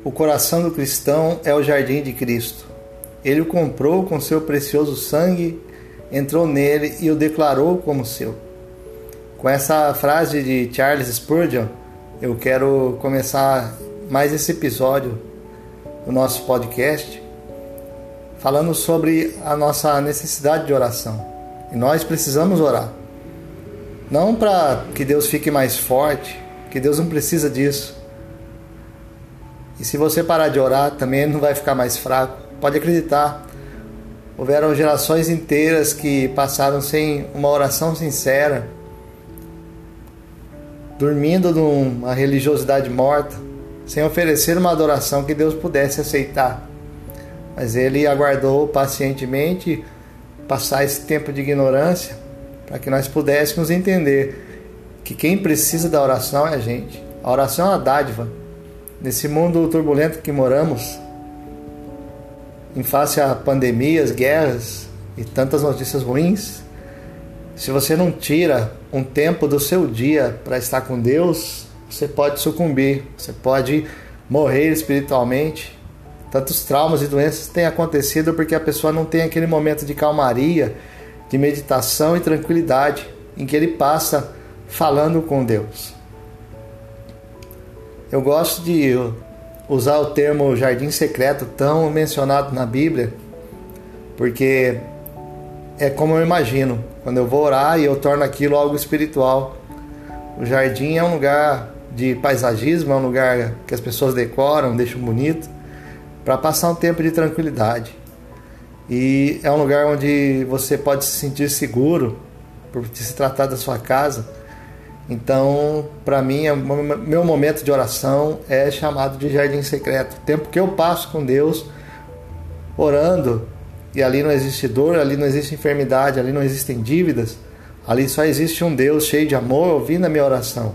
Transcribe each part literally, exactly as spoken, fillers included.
O coração do cristão é o jardim de Cristo. Ele o comprou com seu precioso sangue, entrou nele e o declarou como seu. Com essa frase de Charles Spurgeon, eu quero começar mais esse episódio do nosso podcast, falando sobre a nossa necessidade de oração. E nós precisamos orar. Não para que Deus fique mais forte, que Deus não precisa disso. E se você parar de orar, também ele não vai ficar mais fraco. Pode acreditar. Houveram gerações inteiras que passaram sem uma oração sincera, dormindo numa religiosidade morta, sem oferecer uma adoração que Deus pudesse aceitar. Mas ele aguardou pacientemente passar esse tempo de ignorância para que nós pudéssemos entender que quem precisa da oração é a gente. A oração é uma dádiva. Nesse mundo turbulento que moramos, em face a pandemias, guerras e tantas notícias ruins, se você não tira um tempo do seu dia para estar com Deus, você pode sucumbir, você pode morrer espiritualmente. Tantos traumas e doenças têm acontecido porque a pessoa não tem aquele momento de calmaria, de meditação e tranquilidade em que ele passa falando com Deus. Eu gosto de usar o termo jardim secreto tão mencionado na Bíblia, porque é como eu imagino, quando eu vou orar e eu torno aquilo algo espiritual. O jardim é um lugar de paisagismo, é um lugar que as pessoas decoram, deixam bonito, para passar um tempo de tranquilidade. E é um lugar onde você pode se sentir seguro por se tratar da sua casa. Então, para mim, meu momento de oração é chamado de jardim secreto. O tempo que eu passo com Deus, orando, e ali não existe dor, ali não existe enfermidade, ali não existem dívidas, ali só existe um Deus cheio de amor ouvindo a minha oração.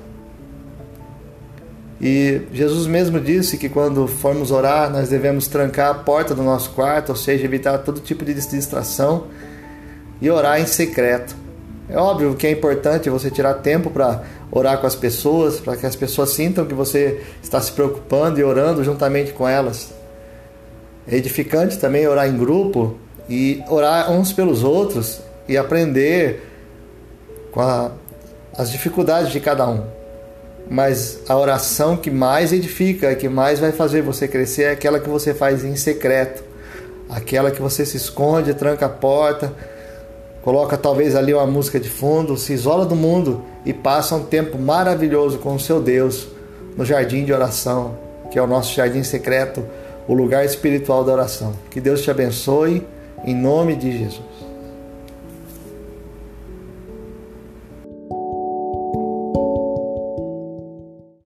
E Jesus mesmo disse que quando formos orar, nós devemos trancar a porta do nosso quarto, ou seja, evitar todo tipo de distração e orar em secreto. É óbvio que é importante você tirar tempo para orar com as pessoas, para que as pessoas sintam que você está se preocupando e orando juntamente com elas. É edificante também orar em grupo e orar uns pelos outros e aprender com a, as dificuldades de cada um. Mas a oração que mais edifica, que mais vai fazer você crescer, é aquela que você faz em secreto, aquela que você se esconde, tranca a porta, coloca talvez ali uma música de fundo, se isola do mundo e passa um tempo maravilhoso com o seu Deus no jardim de oração, que é o nosso jardim secreto, o lugar espiritual da oração. Que Deus te abençoe, em nome de Jesus.